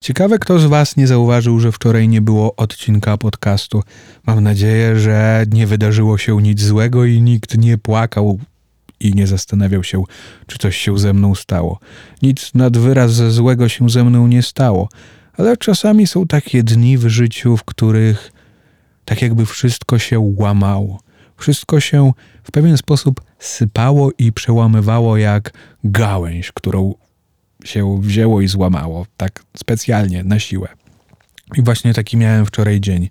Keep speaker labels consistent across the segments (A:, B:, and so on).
A: Ciekawe, kto z was nie zauważył, że wczoraj nie było odcinka podcastu. Mam nadzieję, że nie wydarzyło się nic złego i nikt nie płakał i nie zastanawiał się, czy coś się ze mną stało. Nic nad wyraz złego się ze mną nie stało, ale czasami są takie dni w życiu, w których tak jakby wszystko się łamało. Wszystko się w pewien sposób sypało i przełamywało jak gałęź, którą się wzięło i złamało. Tak specjalnie, na siłę. I właśnie taki miałem wczoraj dzień.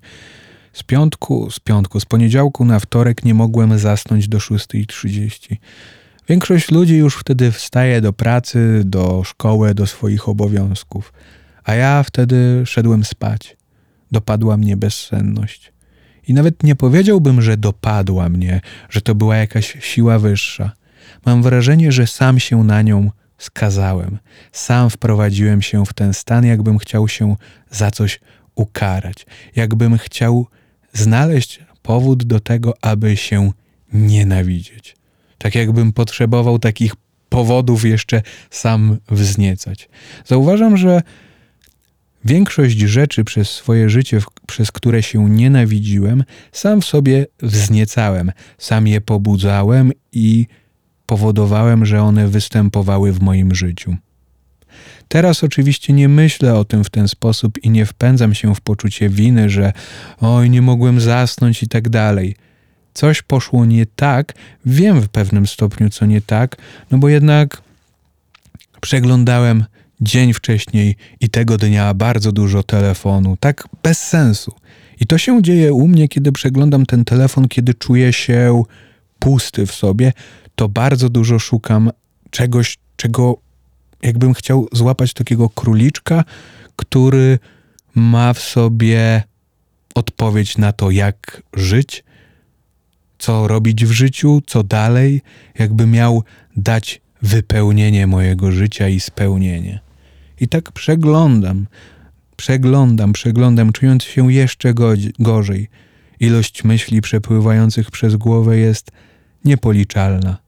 A: Z poniedziałku na wtorek nie mogłem zasnąć do 6:30. Większość ludzi już wtedy wstaje do pracy, do szkoły, do swoich obowiązków. A ja wtedy szedłem spać. Dopadła mnie bezsenność. I nawet nie powiedziałbym, że dopadła mnie, że to była jakaś siła wyższa. Mam wrażenie, że sam się na nią skazałem. Sam wprowadziłem się w ten stan, jakbym chciał się za coś ukarać. Jakbym chciał znaleźć powód do tego, aby się nienawidzieć. Tak jakbym potrzebował takich powodów jeszcze sam wzniecać. Zauważam, że większość rzeczy przez swoje życie, przez które się nienawidziłem, sam w sobie wzniecałem. Sam je pobudzałem i powodowałem, że one występowały w moim życiu. Teraz oczywiście nie myślę o tym w ten sposób i nie wpędzam się w poczucie winy, że oj, nie mogłem zasnąć i tak dalej. Coś poszło nie tak, wiem w pewnym stopniu co nie tak, no bo jednak przeglądałem dzień wcześniej i tego dnia bardzo dużo telefonu, tak bez sensu. I to się dzieje u mnie, kiedy przeglądam ten telefon, kiedy czuję się pusty w sobie, to bardzo dużo szukam czegoś, czego jakbym chciał złapać takiego króliczka, który ma w sobie odpowiedź na to, jak żyć, co robić w życiu, co dalej, jakby miał dać wypełnienie mojego życia i spełnienie. I tak przeglądam, czując się jeszcze gorzej. Ilość myśli przepływających przez głowę jest niepoliczalna.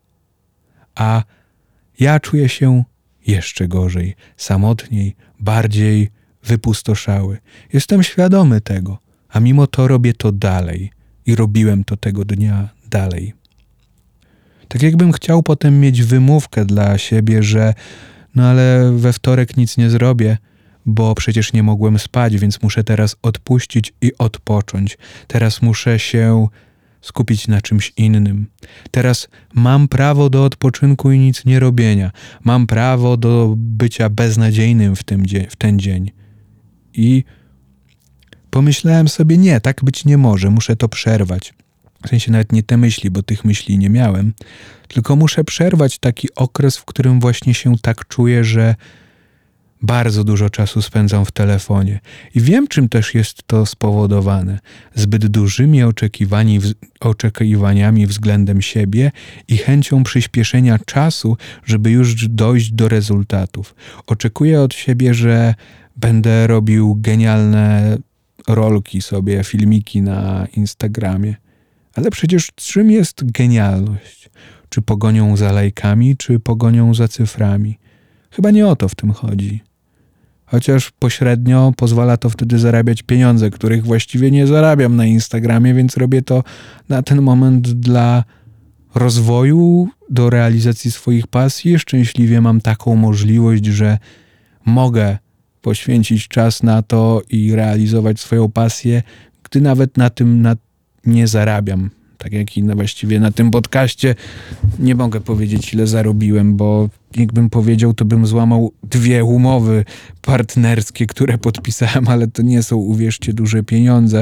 A: A ja czuję się jeszcze gorzej, samotniej, bardziej wypustoszały. Jestem świadomy tego, a mimo to robię to dalej i robiłem to tego dnia dalej. Tak jakbym chciał potem mieć wymówkę dla siebie, że no ale we wtorek nic nie zrobię, bo przecież nie mogłem spać, więc muszę teraz odpuścić i odpocząć. Teraz muszę się skupić na czymś innym. Teraz mam prawo do odpoczynku i nic nie robienia. Mam prawo do bycia beznadziejnym w ten dzień. I pomyślałem sobie, nie, tak być nie może, muszę to przerwać. W sensie nawet nie te myśli, bo tych myśli nie miałem, tylko muszę przerwać taki okres, w którym właśnie się tak czuję, że bardzo dużo czasu spędzam w telefonie. I wiem, czym też jest to spowodowane. Zbyt dużymi oczekiwaniami względem siebie i chęcią przyspieszenia czasu, żeby już dojść do rezultatów. Oczekuję od siebie, że będę robił genialne rolki sobie, filmiki na Instagramie. Ale przecież czym jest genialność? Czy pogonią za lajkami, czy pogonią za cyframi? Chyba nie o to w tym chodzi. Chociaż pośrednio pozwala to wtedy zarabiać pieniądze, których właściwie nie zarabiam na Instagramie, więc robię to na ten moment dla rozwoju, do realizacji swoich pasji. Szczęśliwie mam taką możliwość, że mogę poświęcić czas na to i realizować swoją pasję, gdy nawet na tym nie zarabiam. Tak jak i właściwie na tym podcaście nie mogę powiedzieć, ile zarobiłem, bo jakbym powiedział, to bym złamał 2 umowy partnerskie, które podpisałem, ale to nie są, uwierzcie, duże pieniądze.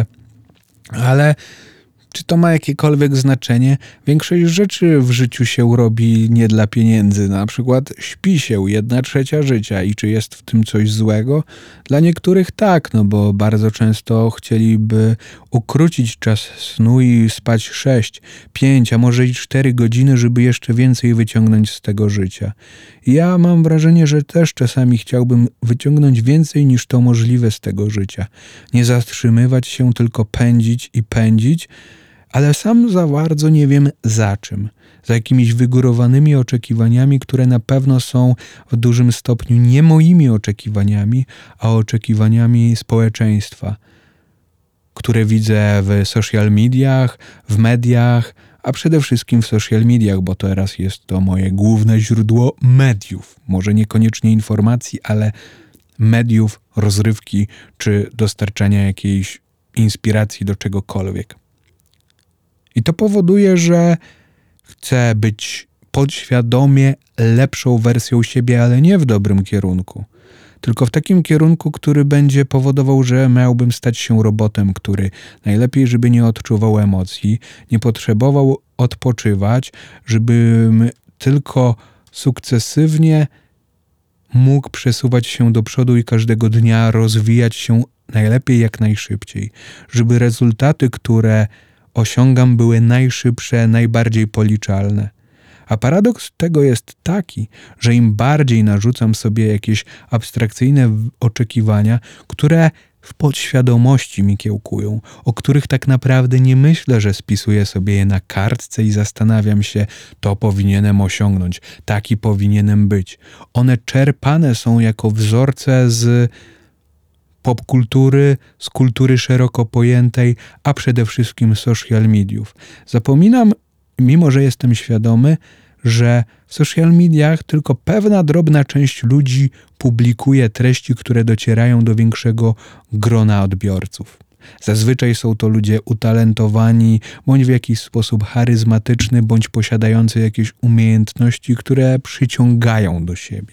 A: Ale czy to ma jakiekolwiek znaczenie? Większość rzeczy w życiu się robi nie dla pieniędzy. Na przykład śpi się 1/3 życia i czy jest w tym coś złego? Dla niektórych tak, no bo bardzo często chcieliby ukrócić czas snu i spać 6, 5, a może i 4 godziny, żeby jeszcze więcej wyciągnąć z tego życia. I ja mam wrażenie, że też czasami chciałbym wyciągnąć więcej niż to możliwe z tego życia. Nie zatrzymywać się, tylko pędzić i pędzić, ale sam za bardzo nie wiem za czym. Za jakimiś wygórowanymi oczekiwaniami, które na pewno są w dużym stopniu nie moimi oczekiwaniami, a oczekiwaniami społeczeństwa, które widzę w social mediach, w mediach, a przede wszystkim w social mediach, bo teraz jest to moje główne źródło mediów. Może niekoniecznie informacji, ale mediów, rozrywki czy dostarczania jakiejś inspiracji do czegokolwiek. I to powoduje, że chcę być podświadomie lepszą wersją siebie, ale nie w dobrym kierunku. Tylko w takim kierunku, który będzie powodował, że miałbym stać się robotem, który najlepiej, żeby nie odczuwał emocji, nie potrzebował odpoczywać, żebym tylko sukcesywnie mógł przesuwać się do przodu i każdego dnia rozwijać się najlepiej jak najszybciej. Żeby rezultaty, które osiągam, były najszybsze, najbardziej policzalne. A paradoks tego jest taki, że im bardziej narzucam sobie jakieś abstrakcyjne oczekiwania, które w podświadomości mi kiełkują, o których tak naprawdę nie myślę, że spisuję sobie je na kartce i zastanawiam się, to powinienem osiągnąć, taki powinienem być. One czerpane są jako wzorce z popkultury, z kultury szeroko pojętej, a przede wszystkim social mediów. Zapominam, mimo że jestem świadomy, że w social mediach tylko pewna drobna część ludzi publikuje treści, które docierają do większego grona odbiorców. Zazwyczaj są to ludzie utalentowani, bądź w jakiś sposób charyzmatyczny, bądź posiadający jakieś umiejętności, które przyciągają do siebie.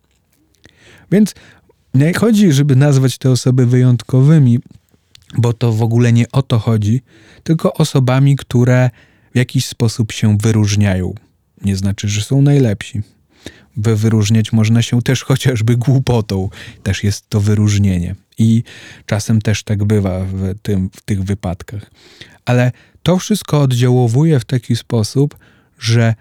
A: Więc nie chodzi, żeby nazwać te osoby wyjątkowymi, bo to w ogóle nie o to chodzi, tylko osobami, które w jakiś sposób się wyróżniają. Nie znaczy, że są najlepsi. Wyróżniać można się też chociażby głupotą. Też jest to wyróżnienie. I czasem też tak bywa w tych wypadkach. Ale to wszystko oddziałowuje w taki sposób, że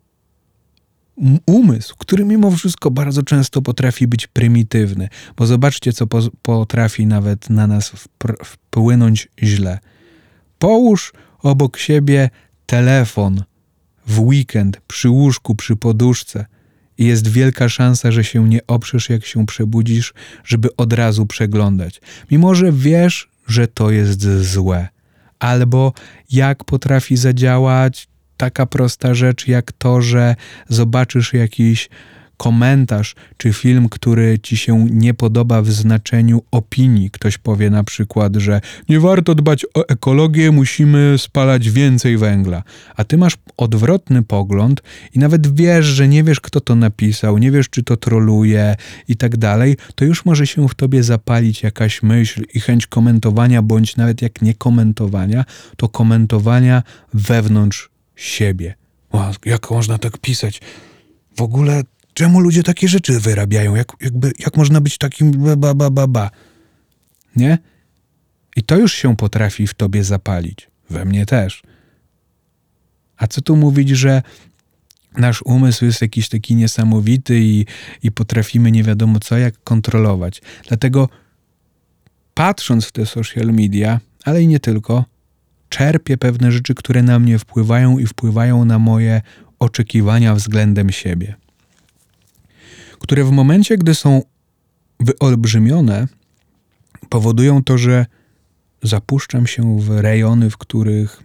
A: umysł, który mimo wszystko bardzo często potrafi być prymitywny, bo zobaczcie, co potrafi nawet na nas wpłynąć źle. Połóż obok siebie telefon w weekend, przy łóżku, przy poduszce i jest wielka szansa, że się nie oprzesz, jak się przebudzisz, żeby od razu przeglądać. Mimo że wiesz, że to jest złe. Albo jak potrafi zadziałać taka prosta rzecz jak to, że zobaczysz jakiś komentarz czy film, który ci się nie podoba w znaczeniu opinii. Ktoś powie na przykład, że nie warto dbać o ekologię, musimy spalać więcej węgla. A ty masz odwrotny pogląd i nawet wiesz, że nie wiesz, kto to napisał, nie wiesz, czy to troluje i tak dalej, to już może się w tobie zapalić jakaś myśl i chęć komentowania, bądź nawet jak nie komentowania, to komentowania wewnątrz siebie. O, jak można tak pisać? W ogóle czemu ludzie takie rzeczy wyrabiają? Jak można być takim ba. Nie? I to już się potrafi w tobie zapalić. We mnie też. A co tu mówić, że nasz umysł jest jakiś taki niesamowity i potrafimy nie wiadomo co, jak kontrolować. Dlatego patrząc w te social media, ale i nie tylko, czerpię pewne rzeczy, które na mnie wpływają i wpływają na moje oczekiwania względem siebie, które w momencie, gdy są wyolbrzymione, powodują to, że zapuszczam się w rejony, w których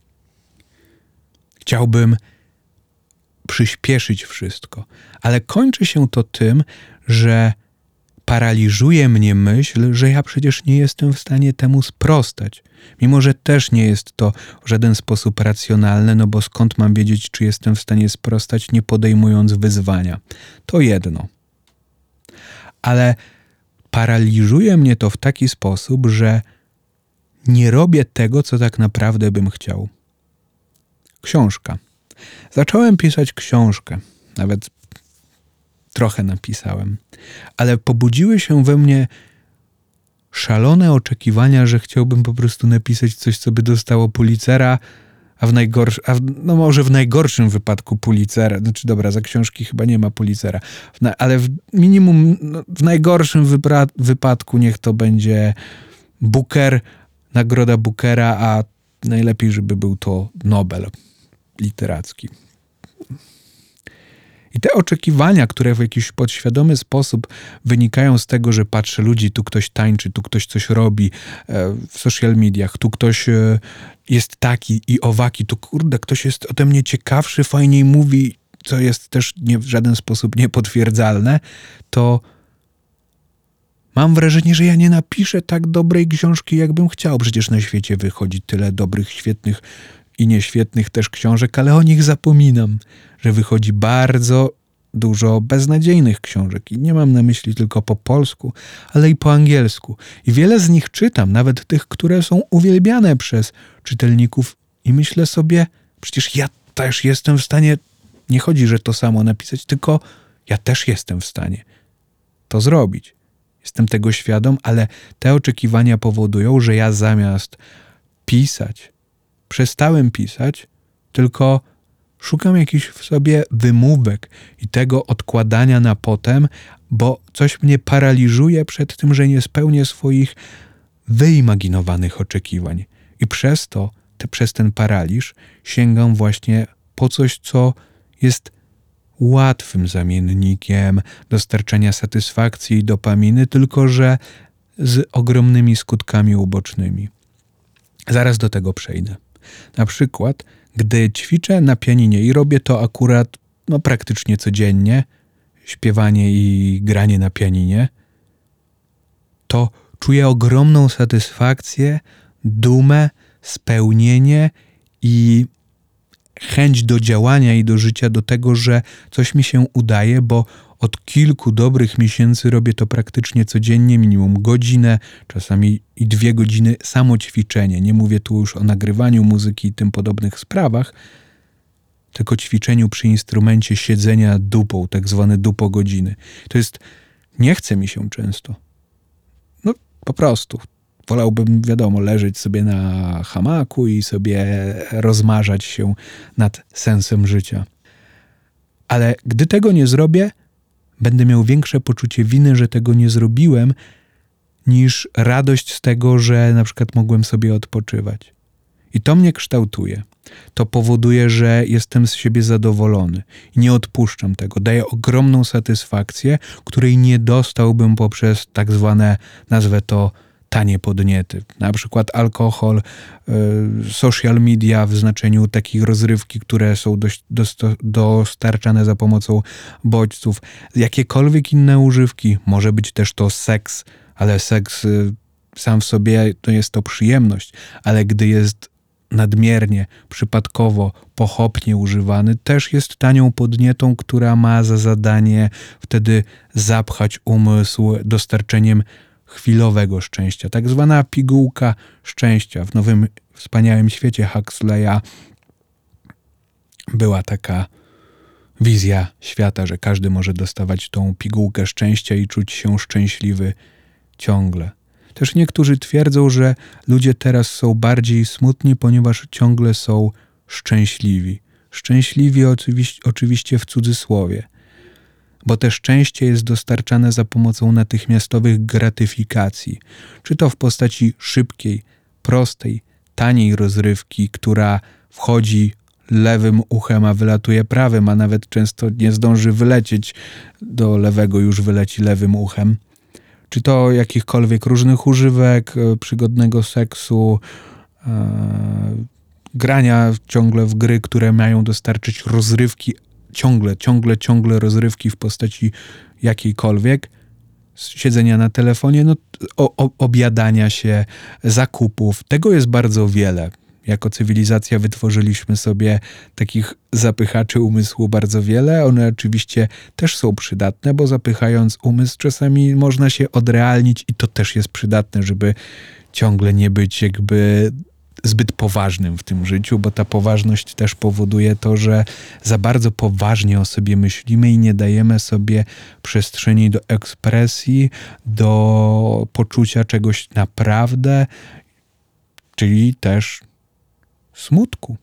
A: chciałbym przyspieszyć wszystko, ale kończy się to tym, że paraliżuje mnie myśl, że ja przecież nie jestem w stanie temu sprostać. Mimo że też nie jest to w żaden sposób racjonalne, no bo skąd mam wiedzieć, czy jestem w stanie sprostać, nie podejmując wyzwania. To jedno. Ale paraliżuje mnie to w taki sposób, że nie robię tego, co tak naprawdę bym chciał. Książka. Zacząłem pisać książkę. Nawet trochę napisałem. Ale pobudziły się we mnie szalone oczekiwania, że chciałbym po prostu napisać coś, co by dostało Pulitzera, może w najgorszym wypadku Pulitzera. Znaczy dobra, za książki chyba nie ma Pulitzera. Ale minimum w najgorszym wypadku niech to będzie Booker, nagroda Bookera, a najlepiej, żeby był to Nobel literacki. I te oczekiwania, które w jakiś podświadomy sposób wynikają z tego, że patrzę ludzi, tu ktoś tańczy, tu ktoś coś robi w social mediach, tu ktoś jest taki i owaki, tu kurde, ktoś jest ode mnie ciekawszy, fajniej mówi, co jest też w żaden sposób niepotwierdzalne, to mam wrażenie, że ja nie napiszę tak dobrej książki, jakbym chciał. Przecież na świecie wychodzi tyle dobrych, świetnych i nieświetnych też książek, ale o nich zapominam, że wychodzi bardzo dużo beznadziejnych książek. I nie mam na myśli tylko po polsku, ale i po angielsku. I wiele z nich czytam, nawet tych, które są uwielbiane przez czytelników. I myślę sobie, przecież ja też jestem w stanie, nie chodzi, że to samo napisać, tylko ja też jestem w stanie to zrobić. Jestem tego świadom, ale te oczekiwania powodują, że ja zamiast pisać, przestałem pisać, tylko szukam jakichś w sobie wymówek i tego odkładania na potem, bo coś mnie paraliżuje przed tym, że nie spełnię swoich wyimaginowanych oczekiwań. I przez to, przez ten paraliż sięgam właśnie po coś, co jest łatwym zamiennikiem dostarczenia satysfakcji i dopaminy, tylko że z ogromnymi skutkami ubocznymi. Zaraz do tego przejdę. Na przykład, gdy ćwiczę na pianinie i robię to akurat praktycznie codziennie, śpiewanie i granie na pianinie, to czuję ogromną satysfakcję, dumę, spełnienie i chęć do działania i do życia, do tego, że coś mi się udaje, bo od kilku dobrych miesięcy robię to praktycznie codziennie, minimum godzinę, czasami i 2 godziny samo ćwiczenie. Nie mówię tu już o nagrywaniu muzyki i tym podobnych sprawach, tylko ćwiczeniu przy instrumencie siedzenia dupą, tak zwane dupogodziny. To jest, nie chce mi się często. Po prostu. Wolałbym, wiadomo, leżeć sobie na hamaku i sobie rozmarzać się nad sensem życia. Ale gdy tego nie zrobię, będę miał większe poczucie winy, że tego nie zrobiłem, niż radość z tego, że na przykład mogłem sobie odpoczywać. I to mnie kształtuje. To powoduje, że jestem z siebie zadowolony i nie odpuszczam tego. Daje ogromną satysfakcję, której nie dostałbym poprzez tak zwane, nazwę to, tanie podniety. Na przykład alkohol, social media w znaczeniu takich rozrywki, które są dostarczane za pomocą bodźców. Jakiekolwiek inne używki. Może być też to seks, ale seks sam w sobie to jest to przyjemność. Ale gdy jest nadmiernie, przypadkowo, pochopnie używany, też jest tanią podnietą, która ma za zadanie wtedy zapchać umysł dostarczeniem chwilowego szczęścia. Tak zwana pigułka szczęścia. W nowym, wspaniałym świecie Huxleya była taka wizja świata, że każdy może dostawać tą pigułkę szczęścia i czuć się szczęśliwy ciągle. Też niektórzy twierdzą, że ludzie teraz są bardziej smutni, ponieważ ciągle są szczęśliwi. Szczęśliwi oczywiście w cudzysłowie. Bo te szczęście jest dostarczane za pomocą natychmiastowych gratyfikacji. Czy to w postaci szybkiej, prostej, taniej rozrywki, która wchodzi lewym uchem, a wylatuje prawym, a nawet często nie zdąży wylecieć do lewego, już wyleci lewym uchem. Czy to jakichkolwiek różnych używek, przygodnego seksu, grania ciągle w gry, które mają dostarczyć rozrywki, ciągle rozrywki w postaci jakiejkolwiek, siedzenia na telefonie, obiadania się, zakupów. Tego jest bardzo wiele. Jako cywilizacja wytworzyliśmy sobie takich zapychaczy umysłu bardzo wiele. One oczywiście też są przydatne, bo zapychając umysł czasami można się odrealnić i to też jest przydatne, żeby ciągle nie być jakby zbyt poważnym w tym życiu, bo ta poważność też powoduje to, że za bardzo poważnie o sobie myślimy i nie dajemy sobie przestrzeni do ekspresji, do poczucia czegoś naprawdę, czyli też smutku.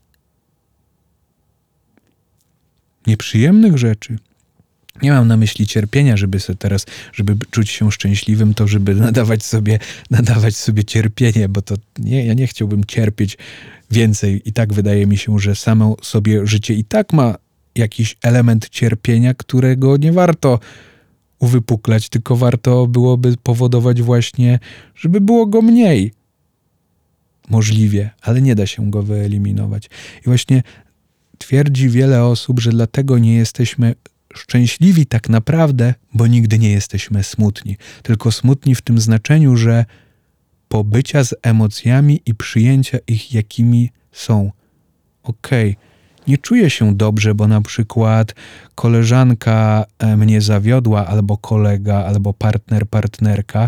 A: Nieprzyjemnych rzeczy. Nie mam na myśli cierpienia, żeby czuć się szczęśliwym, to żeby nadawać sobie cierpienie, bo to nie, ja nie chciałbym cierpieć więcej. I tak wydaje mi się, że samo sobie życie i tak ma jakiś element cierpienia, którego nie warto uwypuklać, tylko warto byłoby powodować właśnie, żeby było go mniej. Możliwie, ale nie da się go wyeliminować. I właśnie twierdzi wiele osób, że dlatego nie jesteśmy szczęśliwi tak naprawdę, bo nigdy nie jesteśmy smutni. Tylko smutni w tym znaczeniu, że pobycia z emocjami i przyjęcia ich, jakimi są. Okej, nie czuję się dobrze, bo na przykład koleżanka mnie zawiodła, albo kolega, albo partner, partnerka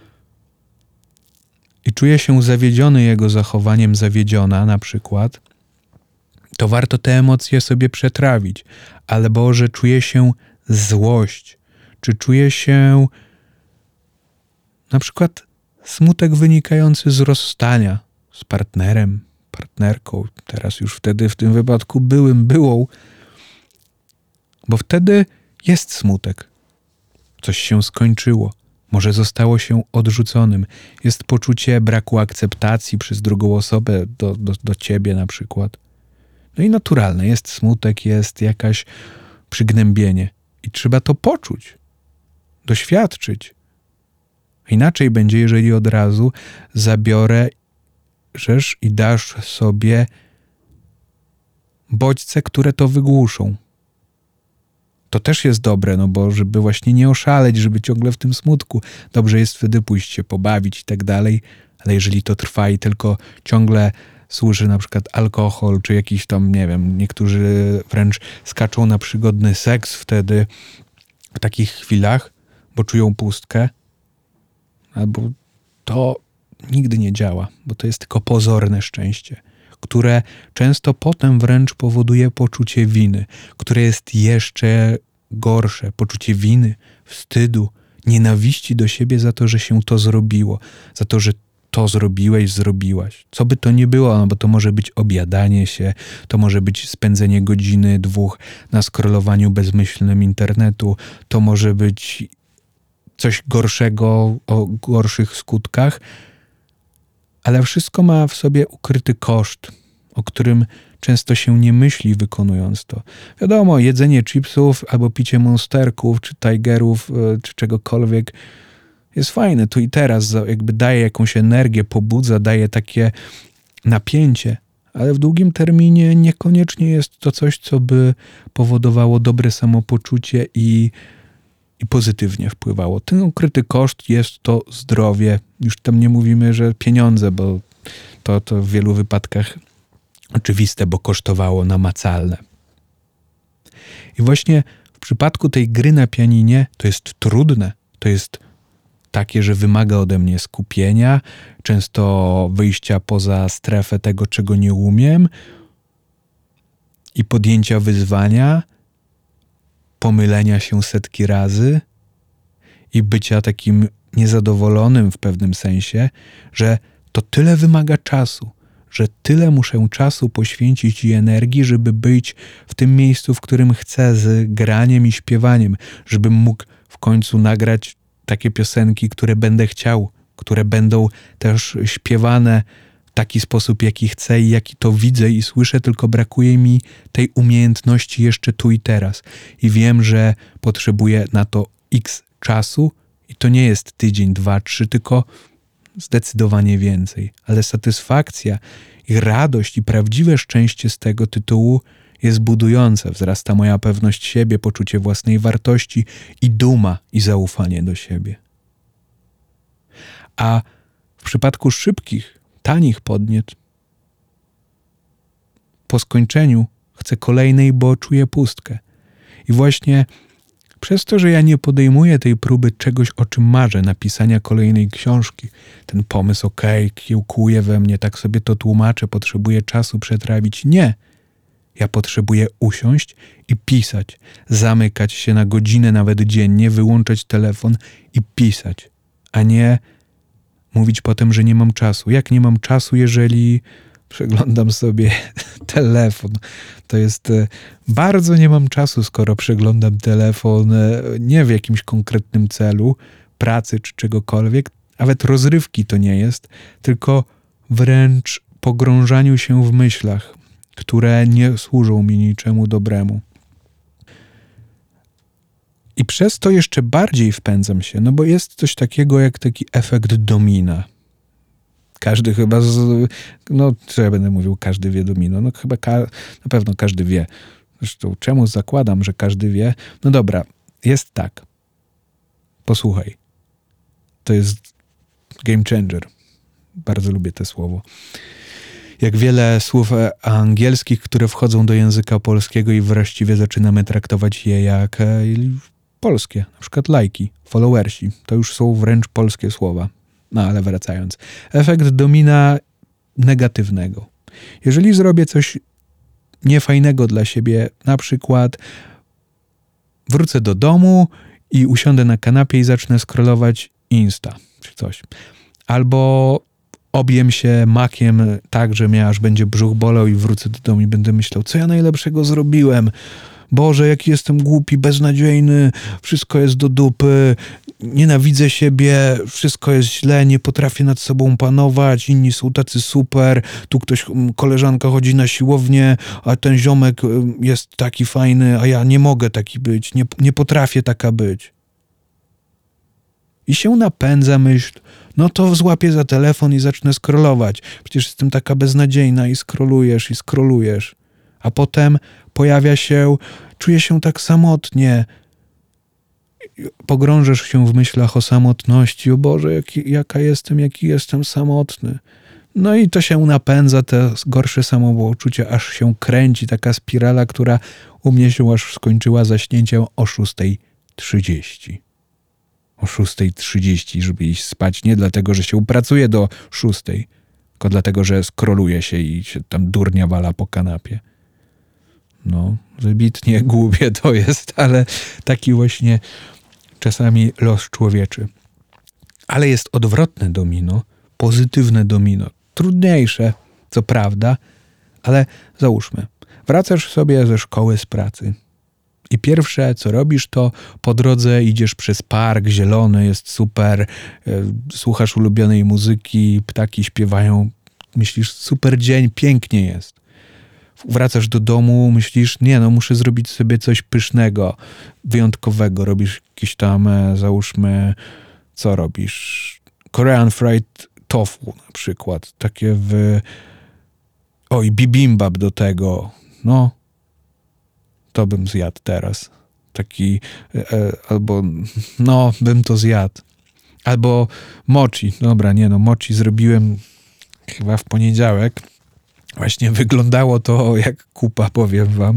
A: i czuję się zawiedziony jego zachowaniem, zawiedziona na przykład, to warto te emocje sobie przetrawić. Albo, że czuję się złość, czy czuję się na przykład smutek wynikający z rozstania z partnerem, partnerką, teraz już wtedy w tym wypadku byłą, bo wtedy jest smutek. Coś się skończyło, może zostało się odrzuconym. Jest poczucie braku akceptacji przez drugą osobę do ciebie na przykład. No i naturalne, jest smutek, jest jakaś przygnębienie i trzeba to poczuć, doświadczyć. Inaczej będzie, jeżeli od razu zabierzesz i dasz sobie bodźce, które to wygłuszą. To też jest dobre, no bo żeby właśnie nie oszaleć, żeby ciągle w tym smutku. Dobrze jest wtedy pójść się pobawić i tak dalej, ale jeżeli to trwa i tylko ciągle służy na przykład alkohol, czy jakiś tam, nie wiem, niektórzy wręcz skaczą na przygodny seks wtedy w takich chwilach, bo czują pustkę, albo to nigdy nie działa, bo to jest tylko pozorne szczęście, które często potem wręcz powoduje poczucie winy, które jest jeszcze gorsze, poczucie winy, wstydu, nienawiści do siebie za to, że się to zrobiło, za to, że to zrobiłeś, zrobiłaś. Co by to nie było, no bo to może być objadanie się, to może być spędzenie godziny, 2 na scrollowaniu bezmyślnym internetu, to może być coś gorszego, o gorszych skutkach, ale wszystko ma w sobie ukryty koszt, o którym często się nie myśli, wykonując to. Wiadomo, jedzenie chipsów albo picie monsterków, czy tigerów, czy czegokolwiek jest fajne tu i teraz, jakby daje jakąś energię, pobudza, daje takie napięcie, ale w długim terminie niekoniecznie jest to coś, co by powodowało dobre samopoczucie i pozytywnie wpływało. Ten ukryty koszt jest to zdrowie. Już tam nie mówimy, że pieniądze, bo to w wielu wypadkach oczywiste, bo kosztowało namacalne. I właśnie w przypadku tej gry na pianinie to jest trudne, to jest takie, że wymaga ode mnie skupienia, często wyjścia poza strefę tego, czego nie umiem i podjęcia wyzwania, pomylenia się setki razy i bycia takim niezadowolonym w pewnym sensie, że to tyle wymaga czasu, że tyle muszę czasu poświęcić i energii, żeby być w tym miejscu, w którym chcę, z graniem i śpiewaniem, żebym mógł w końcu nagrać takie piosenki, które będę chciał, które będą też śpiewane w taki sposób, jaki chcę i jaki to widzę i słyszę, tylko brakuje mi tej umiejętności jeszcze tu i teraz. I wiem, że potrzebuję na to x czasu i to nie jest tydzień, 2, 3, tylko zdecydowanie więcej. Ale satysfakcja i radość i prawdziwe szczęście z tego tytułu jest budujące. Wzrasta moja pewność siebie, poczucie własnej wartości i duma i zaufanie do siebie. A w przypadku szybkich, tanich podniet, po skończeniu chcę kolejnej, bo czuję pustkę. I właśnie przez to, że ja nie podejmuję tej próby czegoś, o czym marzę, napisania kolejnej książki, ten pomysł, kiełkuje we mnie, tak sobie to tłumaczę, potrzebuję czasu przetrawić. Nie. Ja potrzebuję usiąść i pisać, zamykać się na godzinę nawet dziennie, wyłączać telefon i pisać, a nie mówić potem, że nie mam czasu. Jak nie mam czasu, jeżeli przeglądam sobie telefon? To jest bardzo nie mam czasu, skoro przeglądam telefon nie w jakimś konkretnym celu, pracy czy czegokolwiek, nawet rozrywki to nie jest, tylko wręcz pogrążaniu się w myślach, które nie służą mi niczemu dobremu. I przez to jeszcze bardziej wpędzam się, no bo jest coś takiego jak taki efekt domina. Każdy chyba, co ja będę mówił, każdy wie domino, no chyba na pewno każdy wie. Zresztą czemu zakładam, że każdy wie? No dobra, jest tak. Posłuchaj. To jest game changer. Bardzo lubię to słowo. Jak wiele słów angielskich, które wchodzą do języka polskiego i właściwie zaczynamy traktować je jak polskie. Na przykład lajki, followersi. To już są wręcz polskie słowa. No ale wracając. Efekt domina negatywnego. Jeżeli zrobię coś niefajnego dla siebie, na przykład wrócę do domu i usiądę na kanapie i zacznę scrollować Insta czy coś. Albo objem się makiem tak, że mnie aż będzie brzuch bolał i wrócę do domu i będę myślał, co ja najlepszego zrobiłem. Boże, jaki jestem głupi, beznadziejny, wszystko jest do dupy, nienawidzę siebie, wszystko jest źle, nie potrafię nad sobą panować, inni są tacy super, tu koleżanka chodzi na siłownię, a ten ziomek jest taki fajny, a ja nie mogę taki być, nie potrafię taka być. I się napędza myśl, no to złapię za telefon i zacznę scrollować. Przecież jestem taka beznadziejna i scrollujesz. A potem pojawia się, czuję się tak samotnie. Pogrążasz się w myślach o samotności. O Boże, jaki jestem samotny. No i to się napędza, te gorsze samopoczucie, aż się kręci. Taka spirala, która u mnie się aż skończyła zaśnięciem o 6:30. O 6:30, żeby iść spać. Nie dlatego, że się pracuje do 6, tylko dlatego, że scrolluje się i się tam durnia wala po kanapie. No, wybitnie głupie to jest, ale taki właśnie czasami los człowieczy. Ale jest odwrotne domino, pozytywne domino. Trudniejsze, co prawda, ale załóżmy, wracasz sobie ze szkoły, z pracy i pierwsze, co robisz, to po drodze idziesz przez park, zielony, jest super, słuchasz ulubionej muzyki, ptaki śpiewają, myślisz, super dzień, pięknie jest. Wracasz do domu, myślisz, muszę zrobić sobie coś pysznego, wyjątkowego. Robisz jakieś tam, załóżmy, co robisz? Korean fried tofu na przykład. Takie bibimbap do tego. No, to bym zjadł teraz. Taki, bym to zjadł. Albo mochi. Dobra, mochi zrobiłem chyba w poniedziałek. Właśnie wyglądało to jak kupa, powiem wam.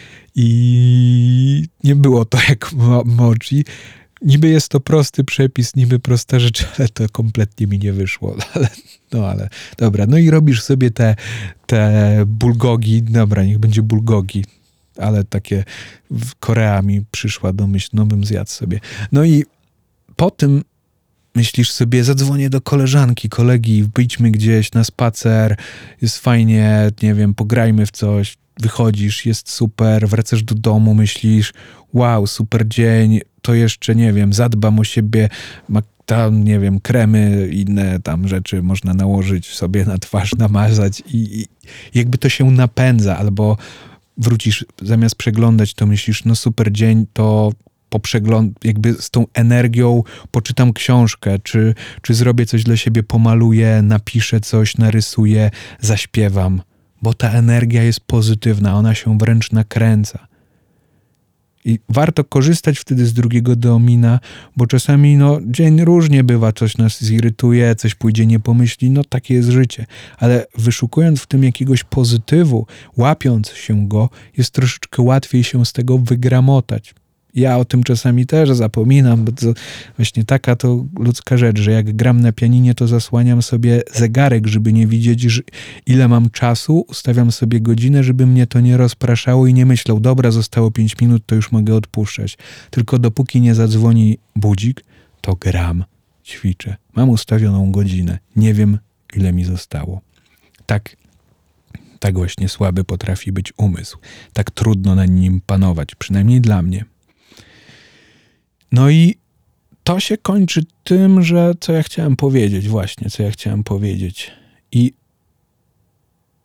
A: I nie było to jak mochi. Niby jest to prosty przepis, niby prosta rzecz, ale to kompletnie mi nie wyszło. Ale dobra. No i robisz sobie te bulgogi. Dobra, niech będzie bulgogi. Ale takie Korea mi przyszła do myśli, bym zjadł sobie. No i po tym myślisz sobie, zadzwonię do koleżanki, kolegi, wyjdźmy gdzieś na spacer, jest fajnie, pograjmy w coś, wychodzisz, jest super, wracasz do domu, myślisz, wow, super dzień, to jeszcze, zadbam o siebie, tam, kremy, inne tam rzeczy można nałożyć sobie na twarz, namazać i jakby to się napędza, albo wrócisz, zamiast przeglądać, to myślisz, super dzień, to jakby z tą energią poczytam książkę, czy zrobię coś dla siebie, pomaluję, napiszę coś, narysuję, zaśpiewam, bo ta energia jest pozytywna, ona się wręcz nakręca. I warto korzystać wtedy z drugiego domina, bo czasami dzień różnie bywa, coś nas zirytuje, coś pójdzie nie pomyśli, takie jest życie. Ale wyszukując w tym jakiegoś pozytywu, łapiąc się go, jest troszeczkę łatwiej się z tego wygramotać. Ja o tym czasami też zapominam, bo to właśnie taka to ludzka rzecz, że jak gram na pianinie, to zasłaniam sobie zegarek, żeby nie widzieć, ile mam czasu, ustawiam sobie godzinę, żeby mnie to nie rozpraszało i nie myślał, dobra, zostało 5 minut, to już mogę odpuszczać. Tylko dopóki nie zadzwoni budzik, to gram, ćwiczę. Mam ustawioną godzinę, nie wiem, ile mi zostało. Tak właśnie słaby potrafi być umysł. Tak trudno na nim panować, przynajmniej dla mnie. No i to się kończy tym, że co ja chciałem powiedzieć. I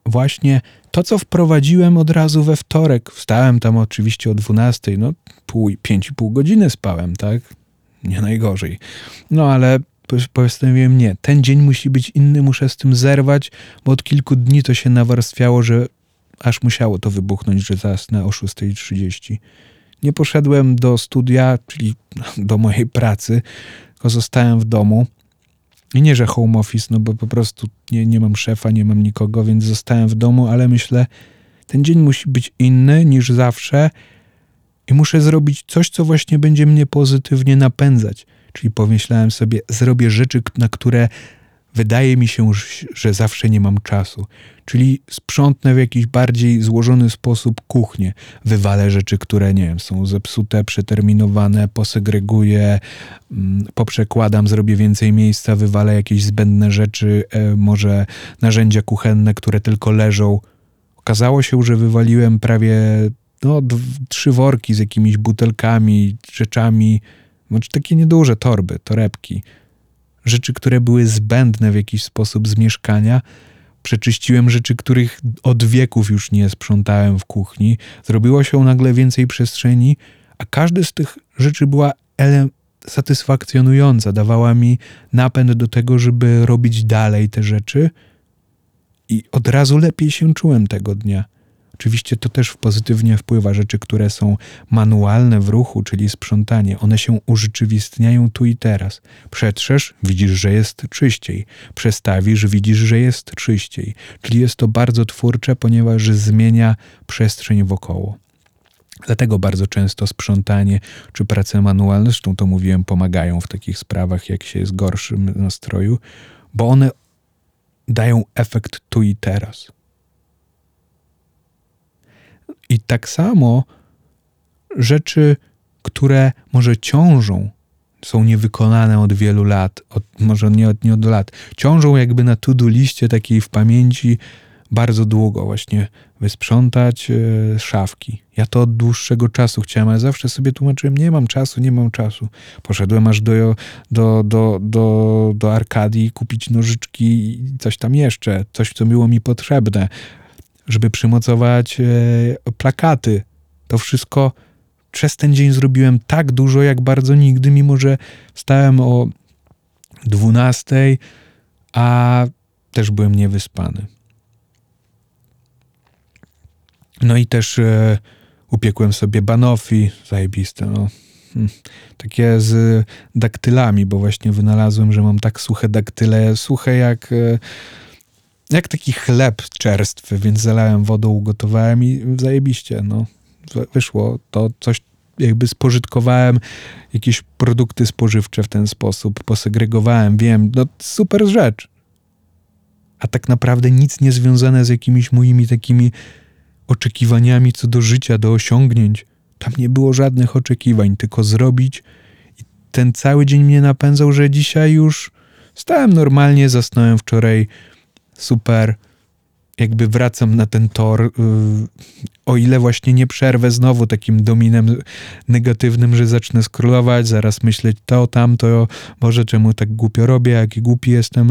A: właśnie to, co wprowadziłem od razu we wtorek. Wstałem tam oczywiście o 12, 5,5 godziny spałem, tak? Nie najgorzej. No ale postanowiłem nie. Ten dzień musi być inny, muszę z tym zerwać, bo od kilku dni to się nawarstwiało, że aż musiało to wybuchnąć, że zasnę o 6:30. Nie poszedłem do studia, czyli do mojej pracy, tylko zostałem w domu. I nie, że home office, bo po prostu nie mam szefa, nie mam nikogo, więc zostałem w domu, ale myślę, ten dzień musi być inny niż zawsze i muszę zrobić coś, co właśnie będzie mnie pozytywnie napędzać. Czyli pomyślałem sobie, zrobię rzeczy, na które wydaje mi się, że zawsze nie mam czasu. Czyli sprzątnę w jakiś bardziej złożony sposób kuchnię. Wywalę rzeczy, które, nie wiem, są zepsute, przeterminowane, posegreguję, poprzekładam, zrobię więcej miejsca, wywalę jakieś zbędne rzeczy, może narzędzia kuchenne, które tylko leżą. Okazało się, że wywaliłem prawie 3 worki z jakimiś butelkami, rzeczami, takie nieduże torby, torebki. Rzeczy, które były zbędne w jakiś sposób z mieszkania. Przeczyściłem rzeczy, których od wieków już nie sprzątałem w kuchni. Zrobiło się nagle więcej przestrzeni, a każdy z tych rzeczy była satysfakcjonująca. Dawała mi napęd do tego, żeby robić dalej te rzeczy i od razu lepiej się czułem tego dnia. Oczywiście to też pozytywnie wpływa. Rzeczy, które są manualne w ruchu, czyli sprzątanie, one się urzeczywistniają tu i teraz. Przetrzesz, widzisz, że jest czyściej. Przestawisz, widzisz, że jest czyściej. Czyli jest to bardzo twórcze, ponieważ zmienia przestrzeń wokoło. Dlatego bardzo często sprzątanie czy prace manualne, zresztą to mówiłem, pomagają w takich sprawach, jak się jest gorszym nastroju, bo one dają efekt tu i teraz. I tak samo rzeczy, które może ciążą, są niewykonane od wielu lat, może nie od lat, ciążą jakby na to-do liście takiej w pamięci bardzo długo. Właśnie wysprzątać szafki. Ja to od dłuższego czasu chciałem, ale zawsze sobie tłumaczyłem, nie mam czasu. Poszedłem aż do Arkadii kupić nożyczki i coś tam jeszcze, coś, co było mi potrzebne, żeby przymocować plakaty. To wszystko przez ten dzień zrobiłem tak dużo, jak bardzo nigdy, mimo że wstałem o 12, a też byłem niewyspany. No i też upiekłem sobie banoffee, zajebiste, takie z daktylami, bo właśnie wynalazłem, że mam tak suche daktyle, suche jak taki chleb czerstwy, więc zalałem wodą, ugotowałem i zajebiście, wyszło to coś, jakby spożytkowałem jakieś produkty spożywcze w ten sposób, posegregowałem, wiem, super rzecz. A tak naprawdę nic nie związane z jakimiś moimi takimi oczekiwaniami co do życia, do osiągnięć. Tam nie było żadnych oczekiwań, tylko zrobić i ten cały dzień mnie napędzał, że dzisiaj już stałem normalnie, zasnąłem wczoraj super, jakby wracam na ten tor, o ile właśnie nie przerwę znowu takim dominem negatywnym, że zacznę scrollować, zaraz myśleć to, tamto, Boże, czemu tak głupio robię, jaki głupi jestem,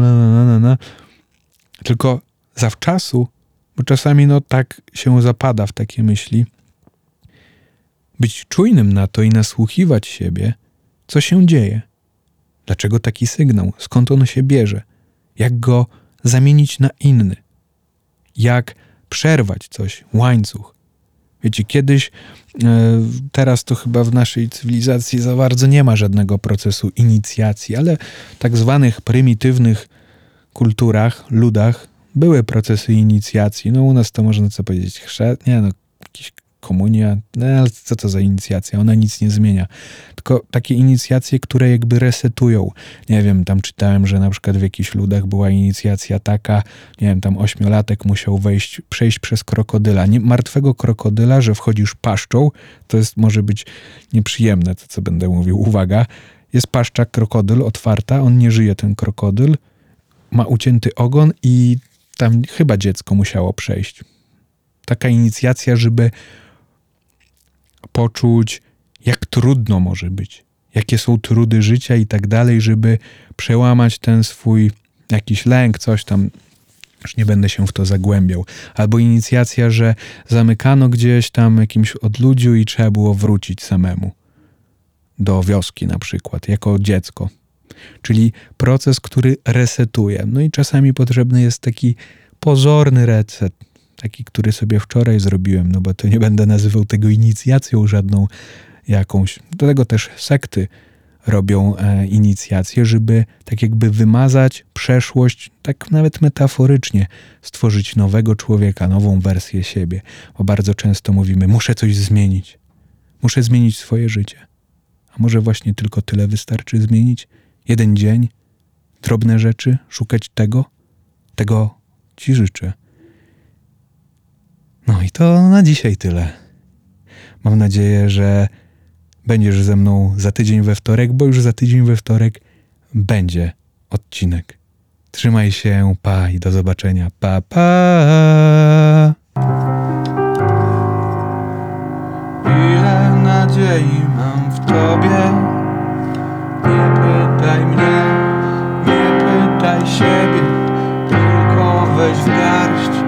A: Tylko zawczasu, bo czasami tak się zapada w takie myśli, być czujnym na to i nasłuchiwać siebie, co się dzieje. Dlaczego taki sygnał? Skąd on się bierze? Jak go zamienić na inny? Jak przerwać coś? Łańcuch. Wiecie, kiedyś, teraz to chyba w naszej cywilizacji za bardzo nie ma żadnego procesu inicjacji, ale w tak zwanych prymitywnych kulturach, ludach były procesy inicjacji. U nas to można co powiedzieć, jakiś komunia, ale co to za inicjacja? Ona nic nie zmienia. Tylko takie inicjacje, które jakby resetują. Nie wiem, tam czytałem, że na przykład w jakichś ludach była inicjacja taka, nie wiem, tam 8-latek musiał przejść przez krokodyla. Martwego krokodyla, że wchodzisz paszczą, może być nieprzyjemne to, co będę mówił. Uwaga, jest paszcza krokodyl otwarta, on nie żyje, ten krokodyl, ma ucięty ogon i tam chyba dziecko musiało przejść. Taka inicjacja, żeby poczuć, jak trudno może być, jakie są trudy życia i tak dalej, żeby przełamać ten swój jakiś lęk, coś tam. Już nie będę się w to zagłębiał. Albo inicjacja, że zamykano gdzieś tam jakimś odludziu i trzeba było wrócić samemu. Do wioski na przykład, jako dziecko. Czyli proces, który resetuje. No i czasami potrzebny jest taki pozorny reset. Taki, który sobie wczoraj zrobiłem, no bo to nie będę nazywał tego inicjacją żadną jakąś. Do tego też sekty robią inicjacje, żeby tak jakby wymazać przeszłość, tak nawet metaforycznie, stworzyć nowego człowieka, nową wersję siebie. Bo bardzo często mówimy, muszę coś zmienić. Muszę zmienić swoje życie. A może właśnie tylko tyle wystarczy zmienić? Jeden dzień, drobne rzeczy, szukać tego Ci życzę. No i to na dzisiaj tyle. Mam nadzieję, że będziesz ze mną za tydzień we wtorek, bo już za tydzień we wtorek będzie odcinek. Trzymaj się, pa i do zobaczenia. Pa, pa! Ile nadziei mam w Tobie. Nie pytaj mnie, nie pytaj siebie, tylko weź w garść